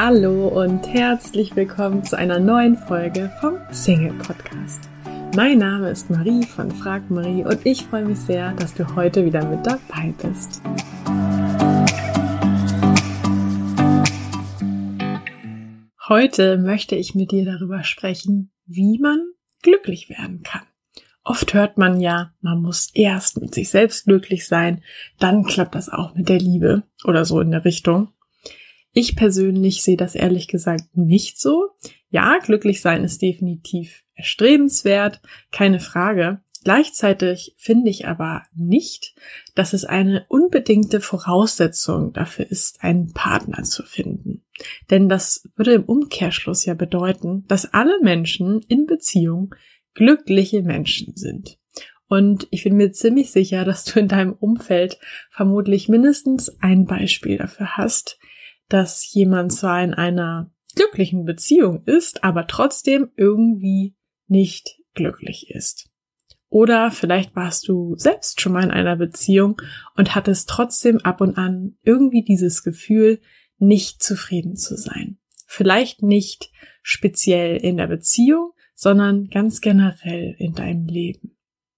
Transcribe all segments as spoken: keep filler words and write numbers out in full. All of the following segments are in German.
Hallo und herzlich willkommen zu einer neuen Folge vom Single Podcast. Mein Name ist Marie von Frag Marie und ich freue mich sehr, dass du heute wieder mit dabei bist. Heute möchte ich mit dir darüber sprechen, wie man glücklich werden kann. Oft hört man ja, man muss erst mit sich selbst glücklich sein, dann klappt das auch mit der Liebe oder so in der Richtung. Ich persönlich sehe das ehrlich gesagt nicht so. Ja, glücklich sein ist definitiv erstrebenswert, keine Frage. Gleichzeitig finde ich aber nicht, dass es eine unbedingte Voraussetzung dafür ist, einen Partner zu finden. Denn das würde im Umkehrschluss ja bedeuten, dass alle Menschen in Beziehung glückliche Menschen sind. Und ich bin mir ziemlich sicher, dass du in deinem Umfeld vermutlich mindestens ein Beispiel dafür hast, dass jemand zwar in einer glücklichen Beziehung ist, aber trotzdem irgendwie nicht glücklich ist. Oder vielleicht warst du selbst schon mal in einer Beziehung und hattest trotzdem ab und an irgendwie dieses Gefühl, nicht zufrieden zu sein. Vielleicht nicht speziell in der Beziehung, sondern ganz generell in deinem Leben.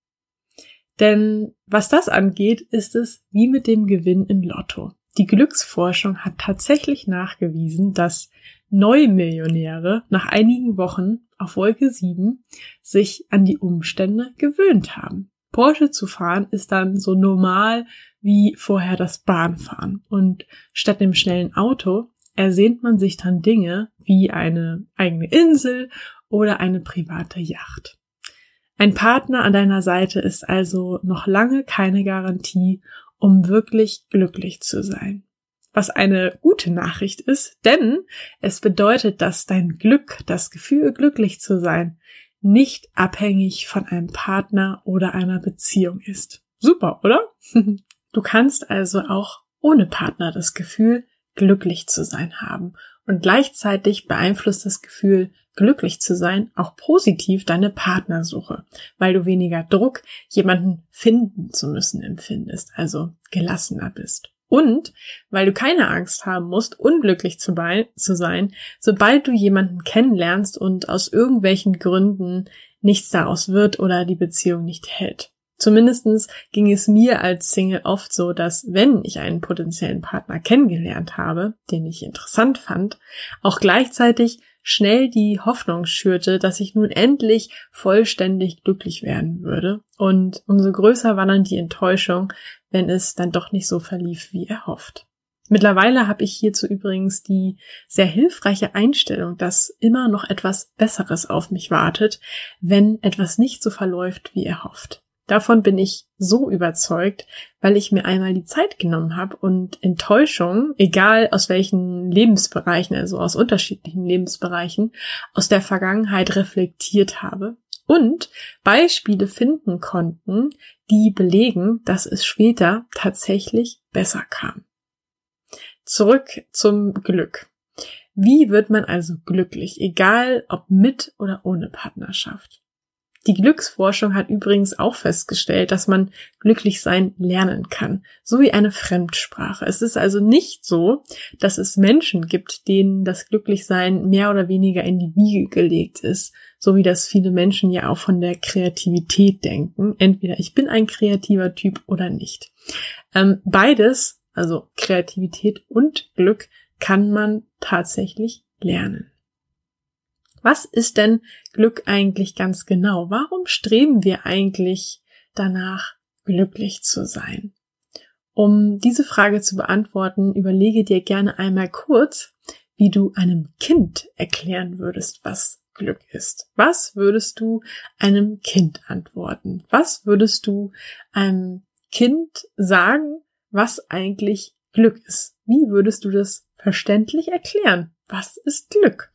Denn was das angeht, ist es wie mit dem Gewinn im Lotto. Die Glücksforschung hat tatsächlich nachgewiesen, dass Neumillionäre nach einigen Wochen auf Wolke sieben sich an die Umstände gewöhnt haben. Porsche zu fahren ist dann so normal wie vorher das Bahnfahren. Und statt dem schnellen Auto ersehnt man sich dann Dinge wie eine eigene Insel oder eine private Yacht. Ein Partner an deiner Seite ist also noch lange keine Garantie, um wirklich glücklich zu sein. Was eine gute Nachricht ist, denn es bedeutet, dass dein Glück, das Gefühl, glücklich zu sein, nicht abhängig von einem Partner oder einer Beziehung ist. Super, oder? Du kannst also auch ohne Partner das Gefühl, glücklich zu sein haben. Und gleichzeitig beeinflusst das Gefühl, glücklich zu sein, auch positiv deine Partnersuche, weil du weniger Druck, jemanden finden zu müssen empfindest, also gelassener bist. Und weil du keine Angst haben musst, unglücklich zu, bei- zu sein, sobald du jemanden kennenlernst und aus irgendwelchen Gründen nichts daraus wird oder die Beziehung nicht hält. Zumindestens ging es mir als Single oft so, dass wenn ich einen potenziellen Partner kennengelernt habe, den ich interessant fand, auch gleichzeitig schnell die Hoffnung schürte, dass ich nun endlich vollständig glücklich werden würde. Und umso größer war dann die Enttäuschung, wenn es dann doch nicht so verlief, wie erhofft. Mittlerweile habe ich hierzu übrigens die sehr hilfreiche Einstellung, dass immer noch etwas Besseres auf mich wartet, wenn etwas nicht so verläuft, wie erhofft. Davon bin ich so überzeugt, weil ich mir einmal die Zeit genommen habe und Enttäuschung, egal aus welchen Lebensbereichen, also aus unterschiedlichen Lebensbereichen, aus der Vergangenheit reflektiert habe und Beispiele finden konnten, die belegen, dass es später tatsächlich besser kam. Zurück zum Glück. Wie wird man also glücklich, egal ob mit oder ohne Partnerschaft? Die Glücksforschung hat übrigens auch festgestellt, dass man glücklich sein lernen kann, so wie eine Fremdsprache. Es ist also nicht so, dass es Menschen gibt, denen das Glücklichsein mehr oder weniger in die Wiege gelegt ist, so wie das viele Menschen ja auch von der Kreativität denken. Entweder ich bin ein kreativer Typ oder nicht. Ähm, beides, also Kreativität und Glück, kann man tatsächlich lernen. Was ist denn Glück eigentlich ganz genau? Warum streben wir eigentlich danach, glücklich zu sein? Um diese Frage zu beantworten, überlege dir gerne einmal kurz, wie du einem Kind erklären würdest, was Glück ist. Was würdest du einem Kind antworten? Was würdest du einem Kind sagen, was eigentlich Glück ist? Wie würdest du das verständlich erklären? Was ist Glück?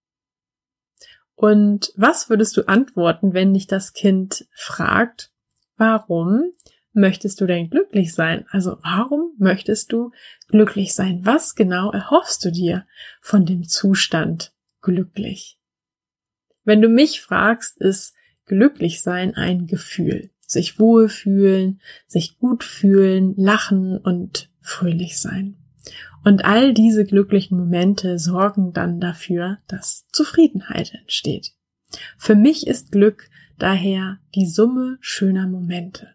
Und was würdest du antworten, wenn dich das Kind fragt, warum möchtest du denn glücklich sein? Also warum möchtest du glücklich sein? Was genau erhoffst du dir von dem Zustand glücklich? Wenn du mich fragst, ist glücklich sein ein Gefühl. Sich wohlfühlen, sich gut fühlen, lachen und fröhlich sein. Und all diese glücklichen Momente sorgen dann dafür, dass Zufriedenheit entsteht. Für mich ist Glück daher die Summe schöner Momente.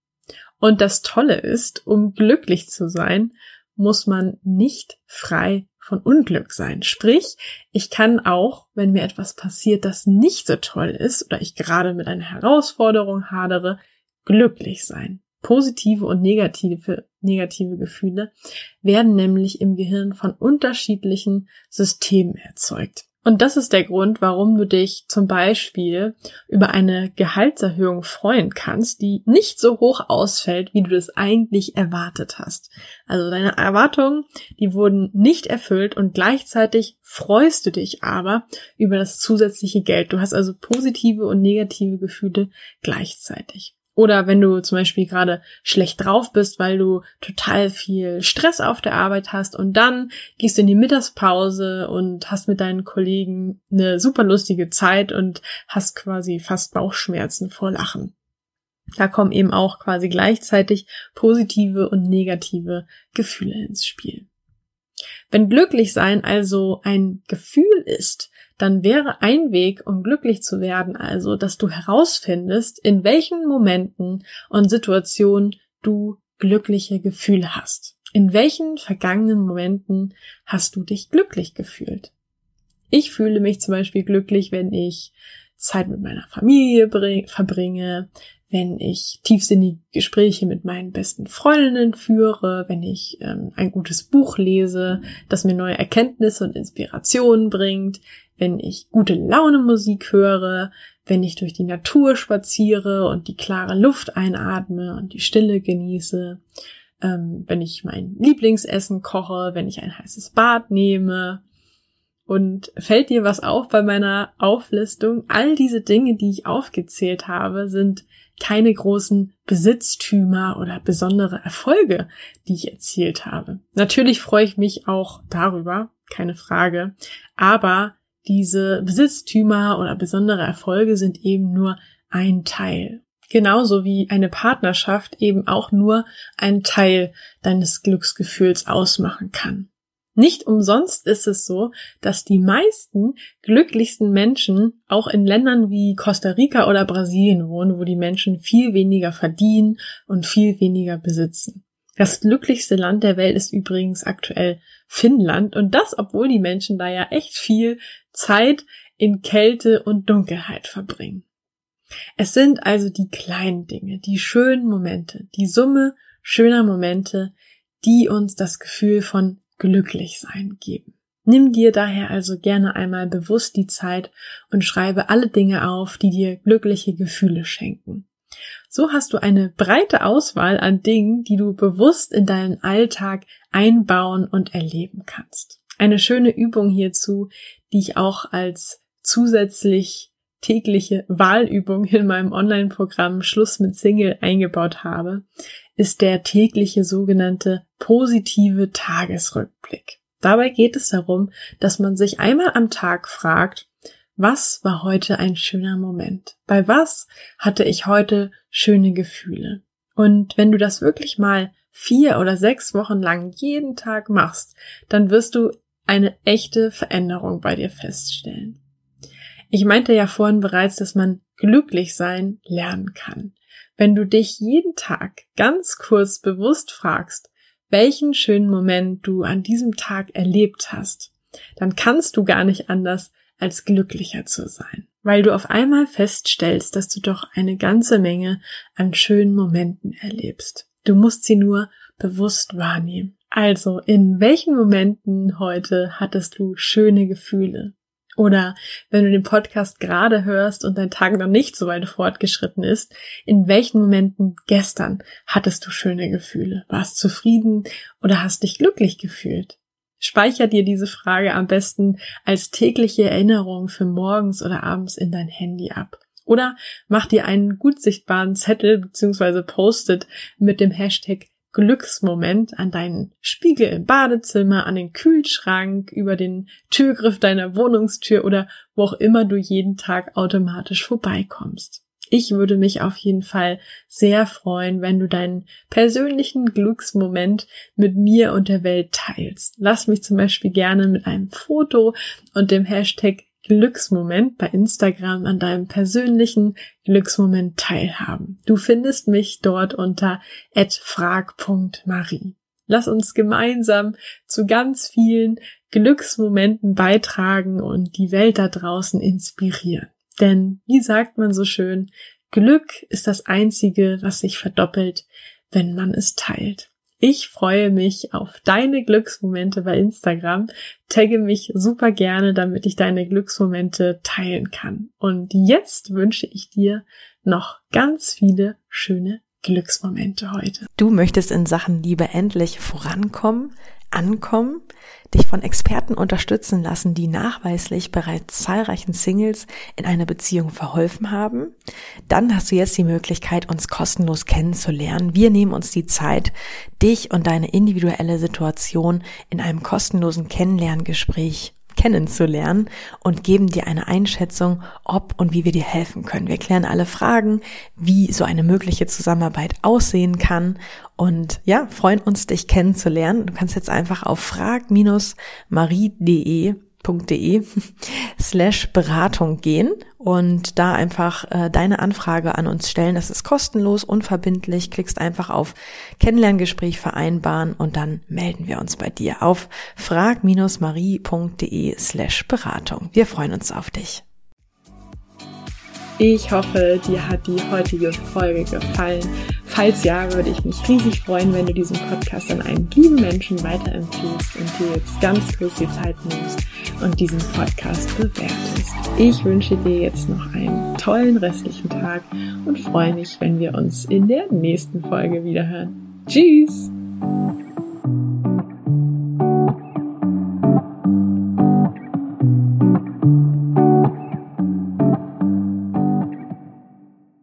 Und das Tolle ist, um glücklich zu sein, muss man nicht frei von Unglück sein. Sprich, ich kann auch, wenn mir etwas passiert, das nicht so toll ist oder ich gerade mit einer Herausforderung hadere, glücklich sein. Positive und negative, negative Gefühle werden nämlich im Gehirn von unterschiedlichen Systemen erzeugt. Und das ist der Grund, warum du dich zum Beispiel über eine Gehaltserhöhung freuen kannst, die nicht so hoch ausfällt, wie du das eigentlich erwartet hast. Also deine Erwartungen, die wurden nicht erfüllt und gleichzeitig freust du dich aber über das zusätzliche Geld. Du hast also positive und negative Gefühle gleichzeitig. Oder wenn du zum Beispiel gerade schlecht drauf bist, weil du total viel Stress auf der Arbeit hast und dann gehst du in die Mittagspause und hast mit deinen Kollegen eine super lustige Zeit und hast quasi fast Bauchschmerzen vor Lachen. Da kommen eben auch quasi gleichzeitig positive und negative Gefühle ins Spiel. Wenn glücklich sein also ein Gefühl ist, dann wäre ein Weg, um glücklich zu werden, also, dass du herausfindest, in welchen Momenten und Situationen du glückliche Gefühle hast. In welchen vergangenen Momenten hast du dich glücklich gefühlt? Ich fühle mich zum Beispiel glücklich, wenn ich Zeit mit meiner Familie bring, verbringe, wenn ich tiefsinnige Gespräche mit meinen besten Freundinnen führe, wenn ich ähm, ein gutes Buch lese, das mir neue Erkenntnisse und Inspirationen bringt, wenn ich gute Laune Musik höre, wenn ich durch die Natur spaziere und die klare Luft einatme und die Stille genieße, ähm, wenn ich mein Lieblingsessen koche, wenn ich ein heißes Bad nehme. Und fällt dir was auf bei meiner Auflistung? All diese Dinge, die ich aufgezählt habe, sind keine großen Besitztümer oder besondere Erfolge, die ich erzielt habe. Natürlich freue ich mich auch darüber, keine Frage, aber diese Besitztümer oder besondere Erfolge sind eben nur ein Teil. Genauso wie eine Partnerschaft eben auch nur ein Teil deines Glücksgefühls ausmachen kann. Nicht umsonst ist es so, dass die meisten glücklichsten Menschen auch in Ländern wie Costa Rica oder Brasilien wohnen, wo die Menschen viel weniger verdienen und viel weniger besitzen. Das glücklichste Land der Welt ist übrigens aktuell Finnland und das, obwohl die Menschen da ja echt viel Zeit in Kälte und Dunkelheit verbringen. Es sind also die kleinen Dinge, die schönen Momente, die Summe schöner Momente, die uns das Gefühl von glücklich sein geben. Nimm dir daher also gerne einmal bewusst die Zeit und schreibe alle Dinge auf, die dir glückliche Gefühle schenken. So hast du eine breite Auswahl an Dingen, die du bewusst in deinen Alltag einbauen und erleben kannst. Eine schöne Übung hierzu, die ich auch als zusätzlich tägliche Wahlübung in meinem Online-Programm Schluss mit Single eingebaut habe, ist der tägliche sogenannte positive Tagesrückblick. Dabei geht es darum, dass man sich einmal am Tag fragt, was war heute ein schöner Moment? Bei was hatte ich heute schöne Gefühle? Und wenn du das wirklich mal vier oder sechs Wochen lang jeden Tag machst, dann wirst du eine echte Veränderung bei dir feststellen. Ich meinte ja vorhin bereits, dass man glücklich sein lernen kann. Wenn du dich jeden Tag ganz kurz bewusst fragst, welchen schönen Moment du an diesem Tag erlebt hast, dann kannst du gar nicht anders, als glücklicher zu sein, weil du auf einmal feststellst, dass du doch eine ganze Menge an schönen Momenten erlebst. Du musst sie nur bewusst wahrnehmen. Also, in welchen Momenten heute hattest du schöne Gefühle? Oder wenn du den Podcast gerade hörst und dein Tag noch nicht so weit fortgeschritten ist, in welchen Momenten gestern hattest du schöne Gefühle? Warst zufrieden oder hast dich glücklich gefühlt? Speicher dir diese Frage am besten als tägliche Erinnerung für morgens oder abends in dein Handy ab. Oder mach dir einen gut sichtbaren Zettel bzw. Post-it mit dem Hashtag Glücksmoment an deinen Spiegel im Badezimmer, an den Kühlschrank, über den Türgriff deiner Wohnungstür oder wo auch immer du jeden Tag automatisch vorbeikommst. Ich würde mich auf jeden Fall sehr freuen, wenn du deinen persönlichen Glücksmoment mit mir und der Welt teilst. Lass mich zum Beispiel gerne mit einem Foto und dem Hashtag Glücksmoment bei Instagram an deinem persönlichen Glücksmoment teilhaben. Du findest mich dort unter at frag punkt marie. Lass uns gemeinsam zu ganz vielen Glücksmomenten beitragen und die Welt da draußen inspirieren. Denn, wie sagt man so schön, Glück ist das Einzige, was sich verdoppelt, wenn man es teilt. Ich freue mich auf deine Glücksmomente bei Instagram. Tagge mich super gerne, damit ich deine Glücksmomente teilen kann. Und jetzt wünsche ich dir noch ganz viele schöne Glücksmomente heute. Du möchtest in Sachen Liebe endlich vorankommen, ankommen, dich von Experten unterstützen lassen, die nachweislich bereits zahlreichen Singles in einer Beziehung verholfen haben? Dann hast du jetzt die Möglichkeit, uns kostenlos kennenzulernen. Wir nehmen uns die Zeit, dich und deine individuelle Situation in einem kostenlosen Kennenlerngespräch kennenzulernen und geben dir eine Einschätzung, ob und wie wir dir helfen können. Wir klären alle Fragen, wie so eine mögliche Zusammenarbeit aussehen kann und ja, freuen uns, dich kennenzulernen. Du kannst jetzt einfach auf frag Bindestrich marie punkt de slash Beratung gehen und da einfach äh, deine Anfrage an uns stellen. Das ist kostenlos, unverbindlich. Klickst einfach auf Kennenlerngespräch vereinbaren und dann melden wir uns bei dir auf frag Bindestrich marie punkt de slash Beratung. Wir freuen uns auf dich. Ich hoffe, dir hat die heutige Folge gefallen. Falls ja, würde ich mich riesig freuen, wenn du diesen Podcast an einen lieben Menschen weiterempfiehlst und dir jetzt ganz kurz die Zeit nimmst und diesen Podcast bewertest. Ich wünsche dir jetzt noch einen tollen restlichen Tag und freue mich, wenn wir uns in der nächsten Folge wiederhören. Tschüss!